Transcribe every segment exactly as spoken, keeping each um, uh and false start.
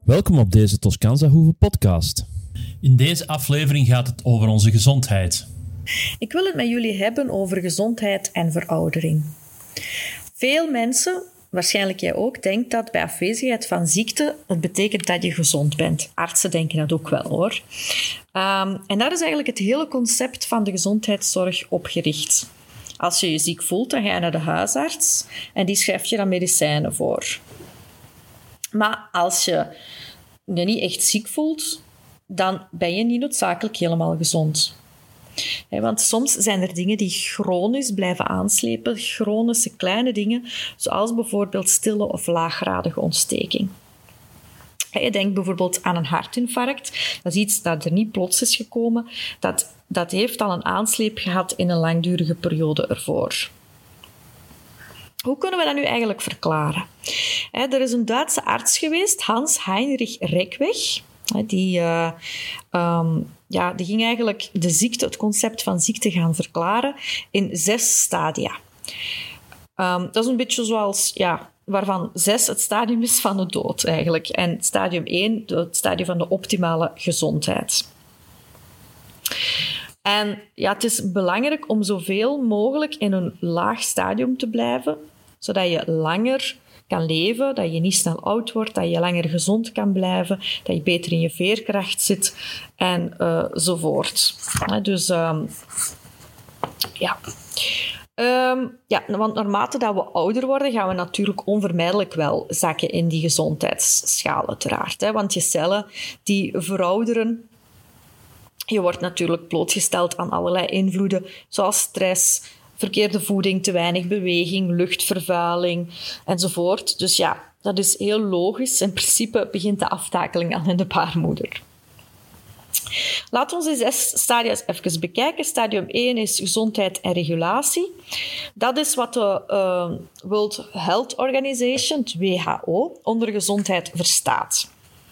Welkom op deze Toscanza Hoeve podcast. In deze aflevering gaat het over onze gezondheid. Ik wil het met jullie hebben over gezondheid en veroudering. Veel mensen, waarschijnlijk jij ook, denken dat bij afwezigheid van ziekte het betekent dat je gezond bent. Artsen denken dat ook wel, hoor. Um, en daar is eigenlijk het hele concept van de gezondheidszorg op gericht. Als je je ziek voelt, dan ga je naar de huisarts en die schrijft je dan medicijnen voor. Maar als je je niet echt ziek voelt, dan ben je niet noodzakelijk helemaal gezond. He, want soms zijn er dingen die chronisch blijven aanslepen, chronische kleine dingen, zoals bijvoorbeeld stille of laaggradige ontsteking. Je denkt bijvoorbeeld aan een hartinfarct. Dat is iets dat er niet plots is gekomen. Dat, dat heeft al een aansleep gehad in een langdurige periode ervoor. Hoe kunnen we dat nu eigenlijk verklaren? Er is een Duitse arts geweest, Hans-Heinrich Reckweg. Die, uh, um, ja, die ging eigenlijk de ziekte, het concept van ziekte gaan verklaren in zes stadia. Um, dat is een beetje zoals, ja, waarvan zes het stadium is van de dood eigenlijk. En stadium één, het stadium van de optimale gezondheid. En ja, het is belangrijk om zoveel mogelijk in een laag stadium te blijven, zodat je langer kan leven, dat je niet snel oud wordt, dat je langer gezond kan blijven, dat je beter in je veerkracht zit en uh, zovoort. Dus um, ja... Um, ja, want naarmate dat we ouder worden, gaan we natuurlijk onvermijdelijk wel zakken in die gezondheidsschaal uiteraard. Hè? Want je cellen die verouderen. Je wordt natuurlijk blootgesteld aan allerlei invloeden, zoals stress, verkeerde voeding, te weinig beweging, luchtvervuiling enzovoort. Dus ja, dat is heel logisch. In principe begint de aftakeling al in de baarmoeder. Laten we onze zes stadia's even bekijken. Stadium één is gezondheid en regulatie. Dat is wat de uh, World Health Organization, het W H O, onder gezondheid verstaat.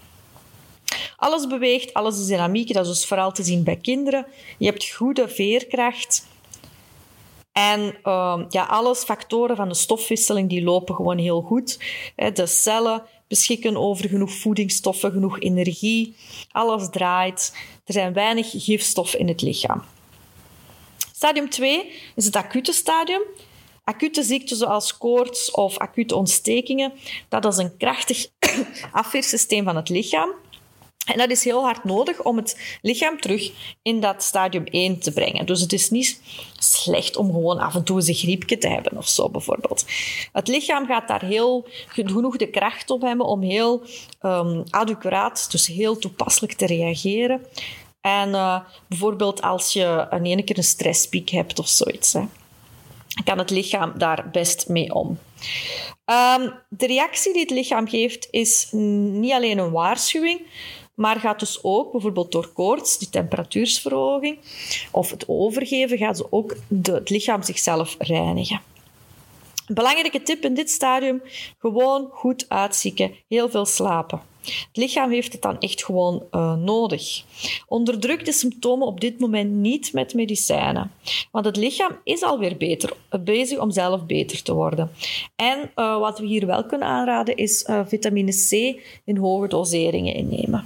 Alles beweegt, alles is dynamiek. Dat is dus vooral te zien bij kinderen. Je hebt goede veerkracht. En uh, ja, alles, factoren van de stofwisseling, die lopen gewoon heel goed. De cellen beschikken over genoeg voedingsstoffen, genoeg energie. Alles draait. Er zijn weinig gifstof in het lichaam. Stadium twee is het acute stadium. Acute ziekten zoals koorts of acute ontstekingen, dat is een krachtig afweersysteem van het lichaam. En dat is heel hard nodig om het lichaam terug in dat stadium één te brengen. Dus het is niet slecht om gewoon af en toe een griepje te hebben of zo, bijvoorbeeld. Het lichaam gaat daar heel genoeg de kracht op hebben om heel um, adequaat, dus heel toepasselijk te reageren. En uh, bijvoorbeeld als je in één keer een stresspiek hebt of zoiets, hè, kan het lichaam daar best mee om. Um, de reactie die het lichaam geeft is niet alleen een waarschuwing, maar gaat dus ook, bijvoorbeeld door koorts, die temperatuursverhoging, of het overgeven, gaat ze ook de, het lichaam zichzelf reinigen. Een belangrijke tip in dit stadium, gewoon goed uitzieken, heel veel slapen. Het lichaam heeft het dan echt gewoon uh, nodig. Onderdruk de symptomen op dit moment niet met medicijnen. Want het lichaam is alweer beter, bezig om zelf beter te worden. En uh, wat we hier wel kunnen aanraden is uh, vitamine C in hoge doseringen innemen.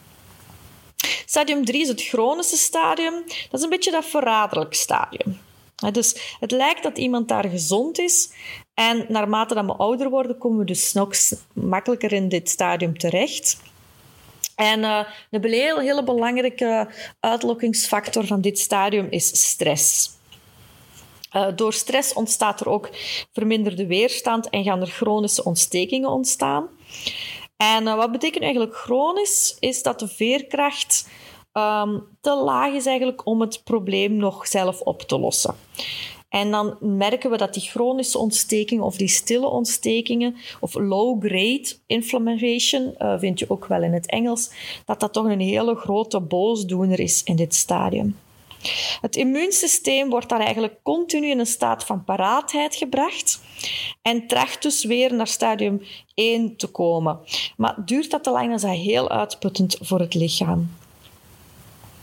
Stadium drie is het chronische stadium. Dat is een beetje dat verraderlijk stadium. Dus het lijkt dat iemand daar gezond is. En naarmate dat we ouder worden, komen we dus nog makkelijker in dit stadium terecht. En uh, een hele, hele belangrijke uitlokkingsfactor van dit stadium is stress. Uh, door stress ontstaat er ook verminderde weerstand en gaan er chronische ontstekingen ontstaan. En uh, wat betekent eigenlijk chronisch? Is dat de veerkracht um, te laag is eigenlijk om het probleem nog zelf op te lossen. En dan merken we dat die chronische ontstekingen of die stille ontstekingen of low-grade inflammation, uh, vind je ook wel in het Engels, dat dat toch een hele grote boosdoener is in dit stadium. Het immuunsysteem wordt dan eigenlijk continu in een staat van paraatheid gebracht en tracht dus weer naar stadium één te komen. Maar duurt dat te lang, dan is dat heel uitputtend voor het lichaam.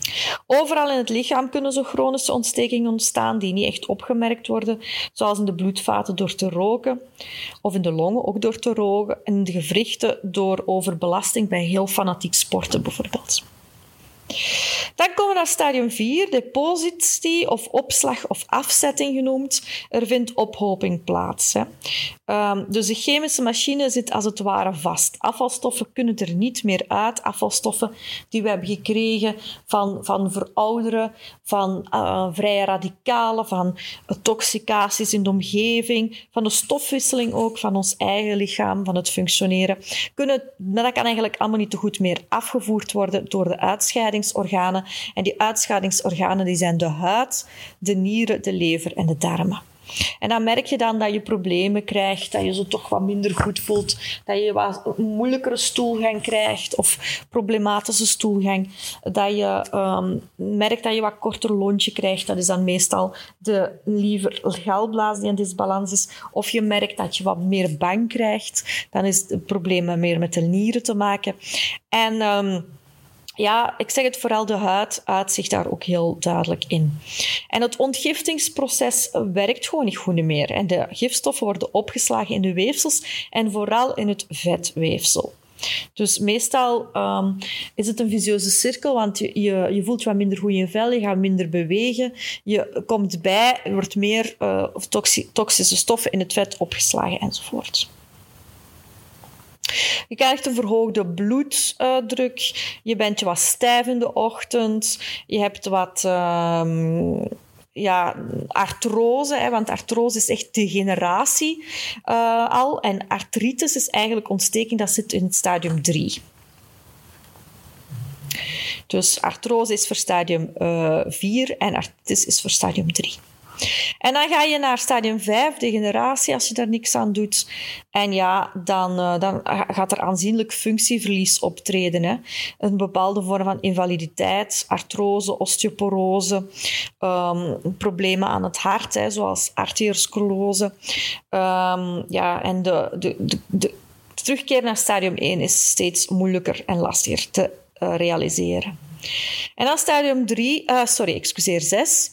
Overal in het lichaam kunnen zo chronische ontstekingen ontstaan die niet echt opgemerkt worden, zoals in de bloedvaten door te roken, of in de longen ook door te roken, en in de gewrichten door overbelasting bij heel fanatiek sporten bijvoorbeeld. Dan komen we naar stadium vier, depositie of opslag of afzetting genoemd. Er vindt ophoping plaats. Hè. Um, dus de chemische machine zit als het ware vast. Afvalstoffen kunnen er niet meer uit. Afvalstoffen die we hebben gekregen van, van verouderen, van uh, vrije radicalen, van toxicaties in de omgeving, van de stofwisseling ook, van ons eigen lichaam, van het functioneren. Kunnen, dat kan eigenlijk allemaal niet te goed meer afgevoerd worden door de uitscheidingsorganen. En die uitscheidingsorganen die zijn de huid, de nieren, de lever en de darmen. En dan merk je dan dat je problemen krijgt, dat je zo toch wat minder goed voelt, dat je wat moeilijkere stoelgang krijgt of problematische stoelgang, dat je um, merkt dat je wat korter lontje krijgt. Dat is dan meestal de lever-galblaas die in disbalans is. Of je merkt dat je wat meer bang krijgt, dan is het probleem meer met de nieren te maken. En... Um, Ja, ik zeg het vooral, de huid uit zich daar ook heel duidelijk in. En het ontgiftingsproces werkt gewoon niet goed meer. En de gifstoffen worden opgeslagen in de weefsels en vooral in het vetweefsel. Dus meestal um, is het een vicieuze cirkel, want je, je, je voelt je wat minder goed in je vel, je gaat minder bewegen, je komt bij, er wordt meer uh, toxi- toxische stoffen in het vet opgeslagen enzovoort. Je krijgt een verhoogde bloeddruk, je bent wat stijf in de ochtend, je hebt wat um, ja, artrose, hè, want artrose is echt degeneratie uh, al. En artritis is eigenlijk ontsteking, dat zit in het stadium drie. Dus artrose is voor stadium uh, vier en artritis is voor stadium drie. En dan ga je naar stadium vijf, degeneratie, als je daar niks aan doet. En ja, dan, uh, dan gaat er aanzienlijk functieverlies optreden. Hè. Een bepaalde vorm van invaliditeit, artrose, osteoporose, um, problemen aan het hart, hè, zoals arteriosclerose. Um, ja, en de, de, de, de terugkeer naar stadium één is steeds moeilijker en lastiger te uh, realiseren. En dan stadium drie, uh, sorry, excuseer, zes.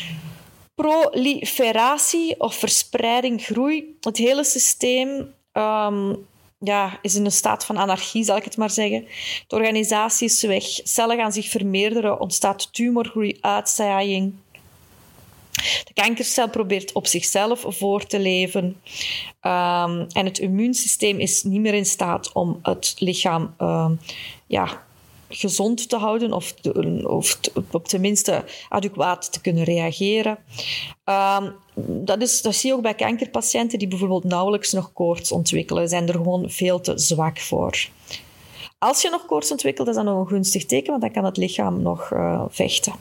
Proliferatie of verspreiding, groei. Het hele systeem um, ja, is in een staat van anarchie, zal ik het maar zeggen. De organisatie is weg, cellen gaan zich vermeerderen, ontstaat tumorgroei, uitzaaiing. De kankercel probeert op zichzelf voor te leven. Um, en het immuunsysteem is niet meer in staat om het lichaam um, ja, gezond te houden of, te, of te, op tenminste adequaat te kunnen reageren. Um, dat, is, dat zie je ook bij kankerpatiënten die bijvoorbeeld nauwelijks nog koorts ontwikkelen. Zijn er gewoon veel te zwak voor. Als je nog koorts ontwikkelt, is dat nog een gunstig teken, want dan kan het lichaam nog uh, vechten.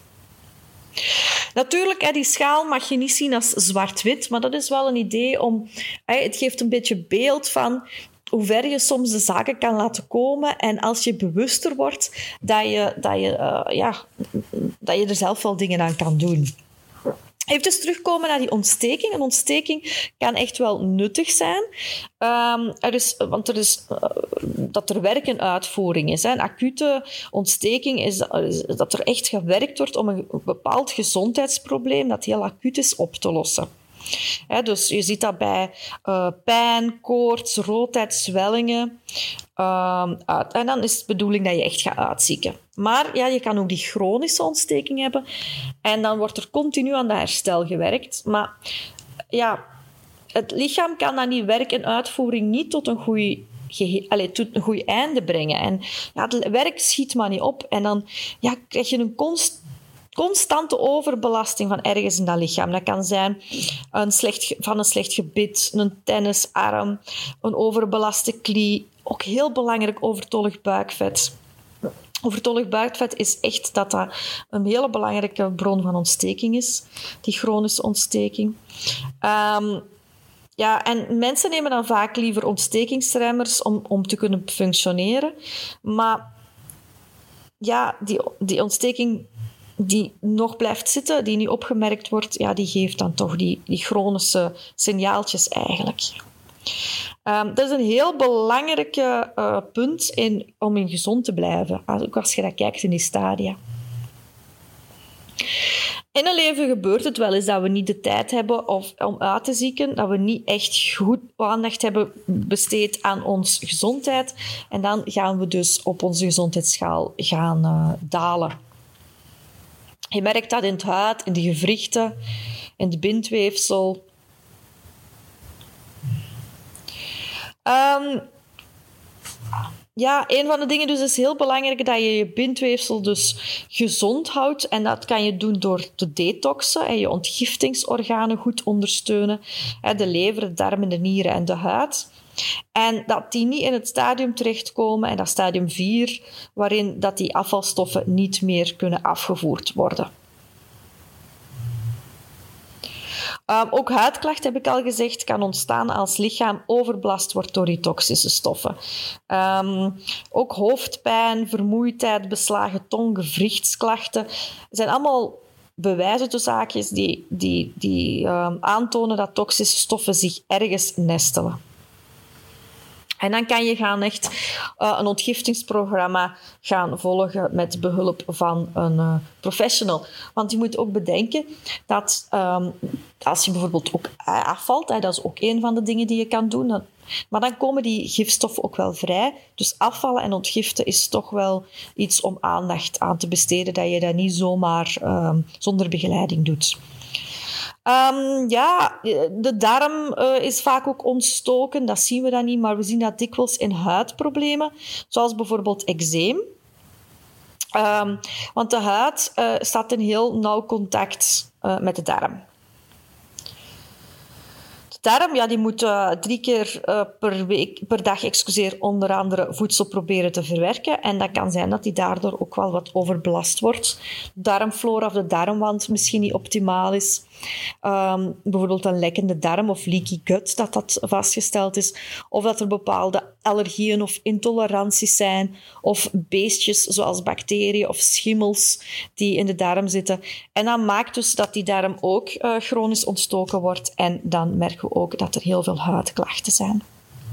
Natuurlijk, die schaal mag je niet zien als zwart-wit, maar dat is wel een idee om... Het geeft een beetje beeld van hoe ver je soms de zaken kan laten komen. En als je bewuster wordt, dat je, dat je, uh, ja, dat je er zelf wel dingen aan kan doen. Even dus terugkomen naar die ontsteking. Een ontsteking kan echt wel nuttig zijn. Um, er is, want er is, uh, dat er werk en uitvoering is. Hè. Een acute ontsteking is, is dat er echt gewerkt wordt om een bepaald gezondheidsprobleem dat heel acuut is op te lossen. He, dus je ziet dat bij uh, pijn, koorts, roodheid, zwellingen. Uh, uit. En dan is het de bedoeling dat je echt gaat uitzieken. Maar ja, je kan ook die chronische ontsteking hebben. En dan wordt er continu aan dat herstel gewerkt. Maar ja, het lichaam kan dan die werk en uitvoering niet tot een goed Ge- Allee, tot een goed einde brengen. En ja, het werk schiet maar niet op. En dan ja, krijg je een const constante overbelasting van ergens in dat lichaam. Dat kan zijn een slecht, van een slecht gebit, een tennisarm, een overbelaste knie. Ook heel belangrijk, overtollig buikvet. Overtollig buikvet is echt dat dat een hele belangrijke bron van ontsteking is. Die chronische ontsteking. Um, Ja, en mensen nemen dan vaak liever ontstekingsremmers om, om te kunnen functioneren. Maar ja, die, die ontsteking die nog blijft zitten, die niet opgemerkt wordt, ja, die geeft dan toch die, die chronische signaaltjes eigenlijk. Um, dat is een heel belangrijk uh, punt in, om in gezond te blijven, ook als je dat kijkt in die stadia. In een leven gebeurt het wel eens dat we niet de tijd hebben of, om uit te zieken, dat we niet echt goed aandacht hebben besteed aan onze gezondheid. En dan gaan we dus op onze gezondheidsschaal gaan uh, dalen. Je merkt dat in het huid, in de gewrichten, in de bindweefsel. Um, Ja, een van de dingen dus is heel belangrijk dat je je bindweefsel dus gezond houdt. En dat kan je doen door te detoxen en je ontgiftingsorganen goed ondersteunen. De lever, de darmen, de nieren en de huid. En dat die niet in het stadium terechtkomen, en dat stadium vier, waarin dat die afvalstoffen niet meer kunnen afgevoerd worden. Um, ook huidklachten, heb ik al gezegd, kan ontstaan als het lichaam overbelast wordt door die toxische stoffen. Um, ook hoofdpijn, vermoeidheid, beslagen tong, gewrichtsklachten zijn allemaal bewijzen tussen haakjes die, die, die um, aantonen dat toxische stoffen zich ergens nestelen. En dan kan je gaan echt uh, een ontgiftingsprogramma gaan volgen met behulp van een uh, professional. Want je moet ook bedenken dat um, als je bijvoorbeeld ook afvalt, hè, dat is ook een van de dingen die je kan doen, dan, maar dan komen die gifstoffen ook wel vrij. Dus afvallen en ontgiften is toch wel iets om aandacht aan te besteden, dat je dat niet zomaar um, zonder begeleiding doet. Um, ja, de darm uh, is vaak ook ontstoken. Dat zien we dan niet, maar we zien dat dikwijls in huidproblemen, zoals bijvoorbeeld eczeem. Um, want de huid uh, staat in heel nauw contact uh, met de darm. De darm ja, die moet uh, drie keer uh, per, week, per dag excuseer, onder andere voedsel proberen te verwerken. En dat kan zijn dat die daardoor ook wel wat overbelast wordt. De darmflora of de darmwand misschien niet optimaal is. Um, bijvoorbeeld een lekkende darm of leaky gut, dat dat vastgesteld is. Of dat er bepaalde allergieën of intoleranties zijn. Of beestjes zoals bacteriën of schimmels die in de darm zitten. En dat maakt dus dat die darm ook uh, chronisch ontstoken wordt. En dan merken we ook dat er heel veel huidklachten zijn.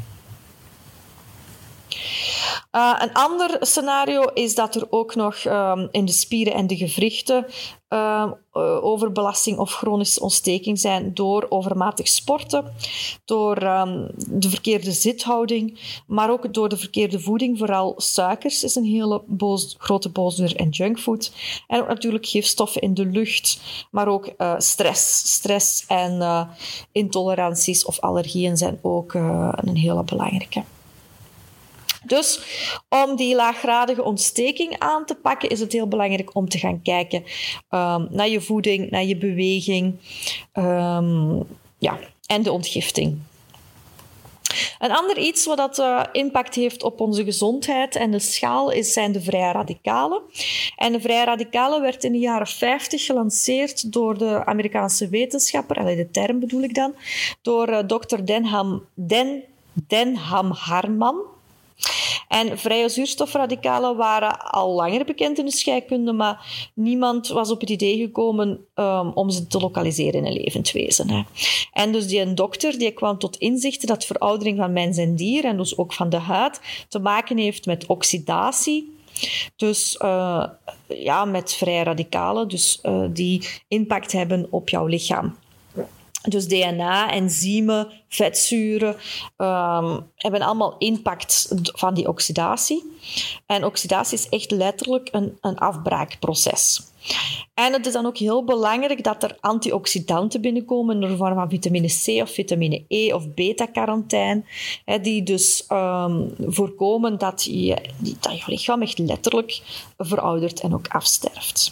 Uh, een ander scenario is dat er ook nog um, in de spieren en de gewrichten uh, uh, overbelasting of chronische ontsteking zijn door overmatig sporten, door um, de verkeerde zithouding, maar ook door de verkeerde voeding. Vooral suikers is een hele boos, grote boosdoener en junkfood. En ook natuurlijk gifstoffen in de lucht, maar ook uh, stress. Stress en uh, intoleranties of allergieën zijn ook uh, een hele belangrijke. Dus om die laaggradige ontsteking aan te pakken, is het heel belangrijk om te gaan kijken um, naar je voeding, naar je beweging um, ja, en de ontgifting. Een ander iets wat uh, impact heeft op onze gezondheid en de schaal is, zijn de vrije radicalen. En de vrije radicalen werd in de jaren vijftig gelanceerd door de Amerikaanse wetenschapper, allee, de term bedoel ik dan, door uh, dokter Denham, Den, Denham Harman. En vrije zuurstofradicalen waren al langer bekend in de scheikunde, maar niemand was op het idee gekomen um, om ze te lokaliseren in een levend wezen. Hè. En dus die dokter die kwam tot inzicht dat veroudering van mens en dier, en dus ook van de huid, te maken heeft met oxidatie. Dus uh, ja, met vrije radicalen, dus, uh, die impact hebben op jouw lichaam. Dus D N A, enzymen, vetzuren um, hebben allemaal impact van die oxidatie. En oxidatie is echt letterlijk een, een afbraakproces. En het is dan ook heel belangrijk dat er antioxidanten binnenkomen in de vorm van vitamine C of vitamine E of beta-carotijn, die dus um, voorkomen dat je, dat je lichaam echt letterlijk veroudert en ook afsterft.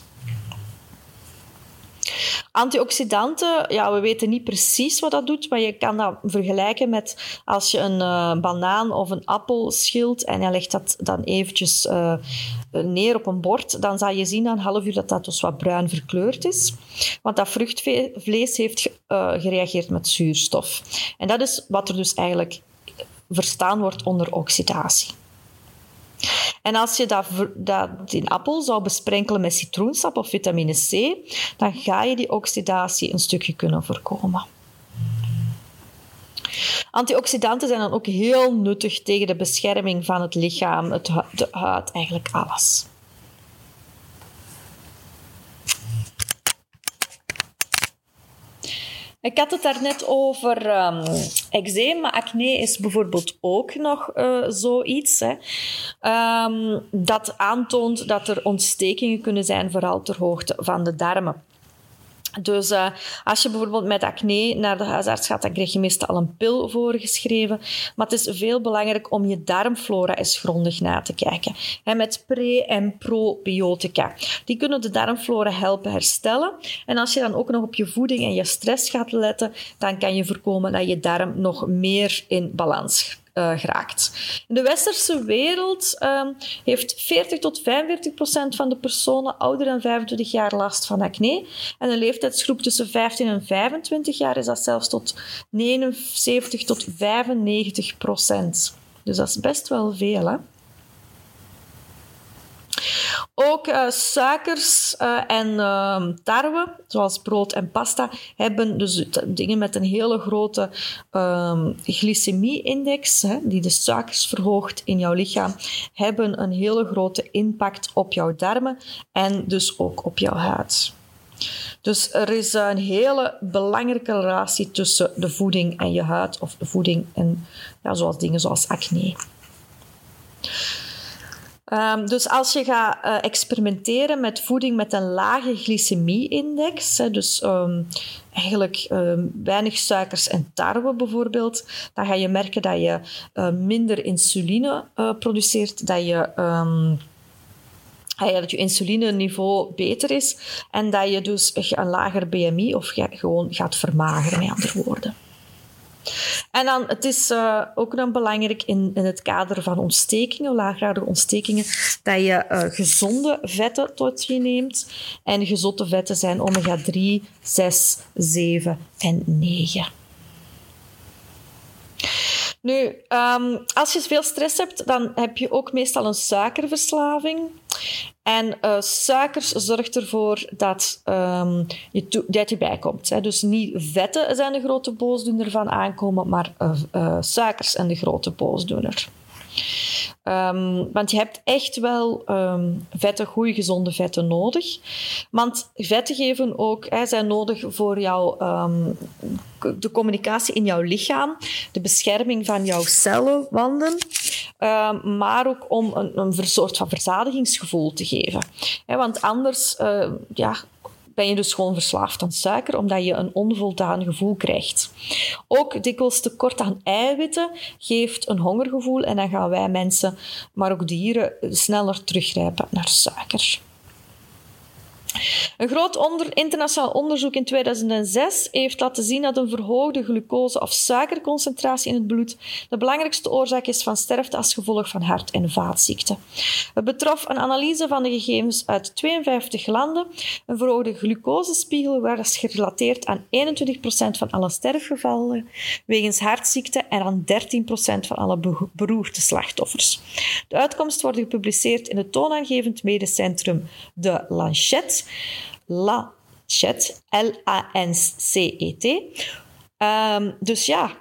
Antioxidanten, ja, we weten niet precies wat dat doet, maar je kan dat vergelijken met als je een uh, banaan of een appel schilt en je legt dat dan eventjes uh, neer op een bord, dan zal je zien na een half uur dat dat dus wat bruin verkleurd is. Want dat vruchtvlees heeft uh, gereageerd met zuurstof. En dat is wat er dus eigenlijk verstaan wordt onder oxidatie. En als je dat, dat, die appel zou besprenkelen met citroensap of vitamine C, dan ga je die oxidatie een stukje kunnen voorkomen. Antioxidanten zijn dan ook heel nuttig tegen de bescherming van het lichaam, het, de huid, eigenlijk alles. Ik had het daarnet over um, eczeem, maar acne is bijvoorbeeld ook nog uh, zoiets. Hè, um, dat aantoont dat er ontstekingen kunnen zijn, vooral ter hoogte van de darmen. Dus uh, als je bijvoorbeeld met acne naar de huisarts gaat, dan krijg je meestal al een pil voorgeschreven. Maar het is veel belangrijk om je darmflora eens grondig na te kijken. En met pre- en probiotica. Die kunnen de darmflora helpen herstellen. En als je dan ook nog op je voeding en je stress gaat letten, dan kan je voorkomen dat je darm nog meer in balans Uh, geraakt. In de westerse wereld um, heeft veertig tot vijfenveertig procent van de personen ouder dan vijfentwintig jaar last van acne. En een leeftijdsgroep tussen vijftien en vijfentwintig jaar is dat zelfs tot negenenzeventig tot vijfennegentig procent. Dus dat is best wel veel, hè? Ook uh, suikers uh, en uh, tarwe, zoals brood en pasta, hebben dus dingen met een hele grote um, glycemie-index, hè, die de suikers verhoogt in jouw lichaam, hebben een hele grote impact op jouw darmen en dus ook op jouw huid. Dus er is een hele belangrijke relatie tussen de voeding en je huid, of de voeding en ja, zoals dingen zoals acne. Um, dus als je gaat uh, experimenteren met voeding met een lage glycemie-index, hè, dus um, eigenlijk um, weinig suikers en tarwe bijvoorbeeld, dan ga je merken dat je uh, minder insuline uh, produceert, dat je, um, ja, dat je insulineniveau beter is en dat je dus een lager B M I of je gewoon gaat vermageren, met andere woorden. En dan, het is uh, ook dan belangrijk in, in het kader van ontstekingen, laaggradige ontstekingen, dat je uh, gezonde vetten tot je neemt. En gezonde vetten zijn omega drie, zes, zeven en negen. Nu, um, als je veel stress hebt, dan heb je ook meestal een suikerverslaving. En uh, suikers zorgt ervoor dat, um, je, to- dat je bijkomt. Hè. Dus niet vetten zijn de grote boosdoener van aankomen, maar uh, uh, suikers zijn de grote boosdoener. Um, want je hebt echt wel um, vetten, goede gezonde vetten nodig. Want vetten geven ook, hè, zijn nodig voor jouw, um, de communicatie in jouw lichaam, de bescherming van jouw cellenwanden, um, maar ook om een, een soort van verzadigingsgevoel te geven. Hè, want anders uh, ja, ben je dus gewoon verslaafd aan suiker, omdat je een onvoldaan gevoel krijgt. Ook dikwijls tekort aan eiwitten geeft een hongergevoel en dan gaan wij mensen, maar ook dieren, sneller teruggrijpen naar suiker. Een groot onder, internationaal onderzoek in tweeduizend zes heeft laten zien dat een verhoogde glucose- of suikerconcentratie in het bloed de belangrijkste oorzaak is van sterfte als gevolg van hart- en vaatziekten. Het betrof een analyse van de gegevens uit tweeënvijftig landen. Een verhoogde glucosespiegel was gerelateerd aan eenentwintig procent van alle sterfgevallen wegens hartziekten en aan dertien procent van alle be- beroerte slachtoffers. De uitkomsten worden gepubliceerd in het toonaangevend medisch centrum de Lancet. Lancet, L A N C E T. Um, dus ja,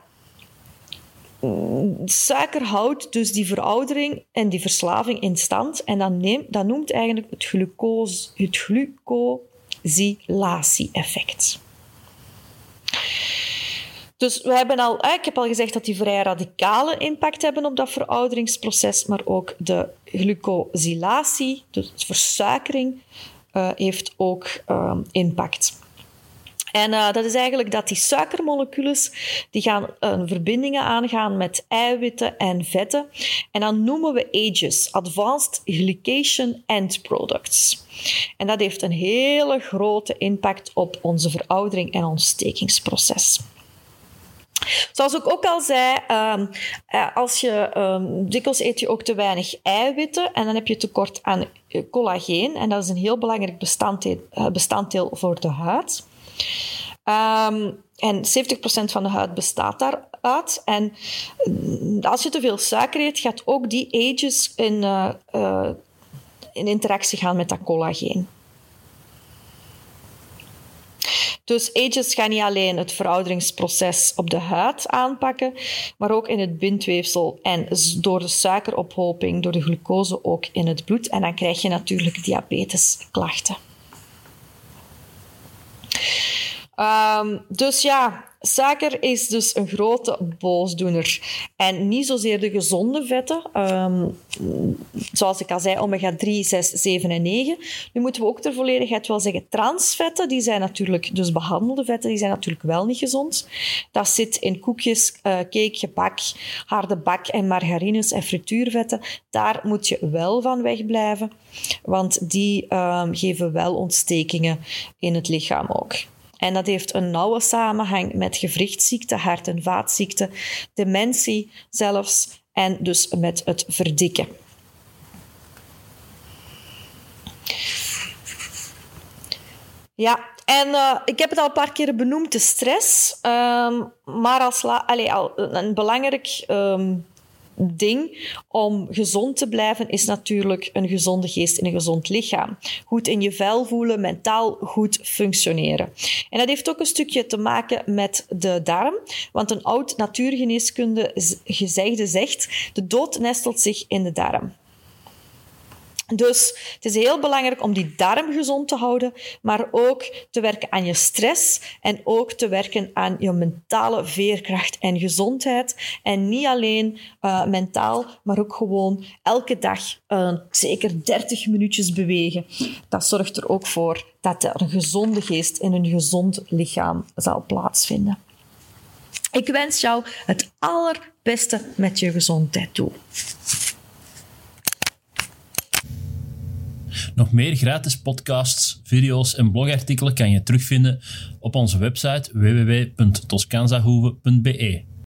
suiker houdt dus die veroudering en die verslaving in stand. En dat, neemt, dat noemt eigenlijk het, glucose, het glucosylatie-effect. Dus we hebben al, ik heb al gezegd dat die vrij radicale impact hebben op dat verouderingsproces, maar ook de glucosylatie, de versuikering, Uh, heeft ook uh, impact. En uh, dat is eigenlijk dat die suikermoleculen die gaan uh, verbindingen aangaan met eiwitten en vetten. En dan noemen we A G Es, Advanced Glycation End Products. En dat heeft een hele grote impact op onze veroudering en ontstekingsproces. Zoals ik ook al zei, um, als je, um, dikwijls eet je ook te weinig eiwitten en dan heb je tekort aan collageen. En dat is een heel belangrijk bestanddeel, bestanddeel voor de huid. Um, en zeventig procent van de huid bestaat daaruit. En als je te veel suiker eet, gaat ook die A G Es in, uh, uh, in interactie gaan met dat collageen. Dus A G Es gaan niet alleen het verouderingsproces op de huid aanpakken, maar ook in het bindweefsel en door de suikerophoping, door de glucose ook in het bloed. En dan krijg je natuurlijk diabetesklachten. Um, dus ja, suiker is dus een grote boosdoener. En niet zozeer de gezonde vetten. Um, zoals ik al zei, omega drie, zes, zeven en negen. Nu moeten we ook ter volledigheid wel zeggen, transvetten, die zijn natuurlijk, dus behandelde vetten, die zijn natuurlijk wel niet gezond. Dat zit in koekjes, uh, cake, gebak, harde bak en margarines en frituurvetten. Daar moet je wel van wegblijven, want die um, geven wel ontstekingen in het lichaam ook. En dat heeft een nauwe samenhang met gewrichtsziekten, hart- en vaatziekten, dementie zelfs, en dus met het verdikken. Ja, en uh, ik heb het al een paar keer benoemd, de stress. Um, maar als la- Allee, al een belangrijk um, ding om gezond te blijven is natuurlijk een gezonde geest in een gezond lichaam. Goed in je vel voelen, mentaal goed functioneren. En dat heeft ook een stukje te maken met de darm, want een oud natuurgeneeskunde gezegde zegt, de dood nestelt zich in de darm. Dus het is heel belangrijk om die darm gezond te houden, maar ook te werken aan je stress en ook te werken aan je mentale veerkracht en gezondheid. En niet alleen uh, mentaal, maar ook gewoon elke dag uh, zeker dertig minuutjes bewegen. Dat zorgt er ook voor dat er een gezonde geest in een gezond lichaam zal plaatsvinden. Ik wens jou het allerbeste met je gezondheid toe. Nog meer gratis podcasts, video's en blogartikelen kan je terugvinden op onze website w w w punt toscanzahoeve punt b e.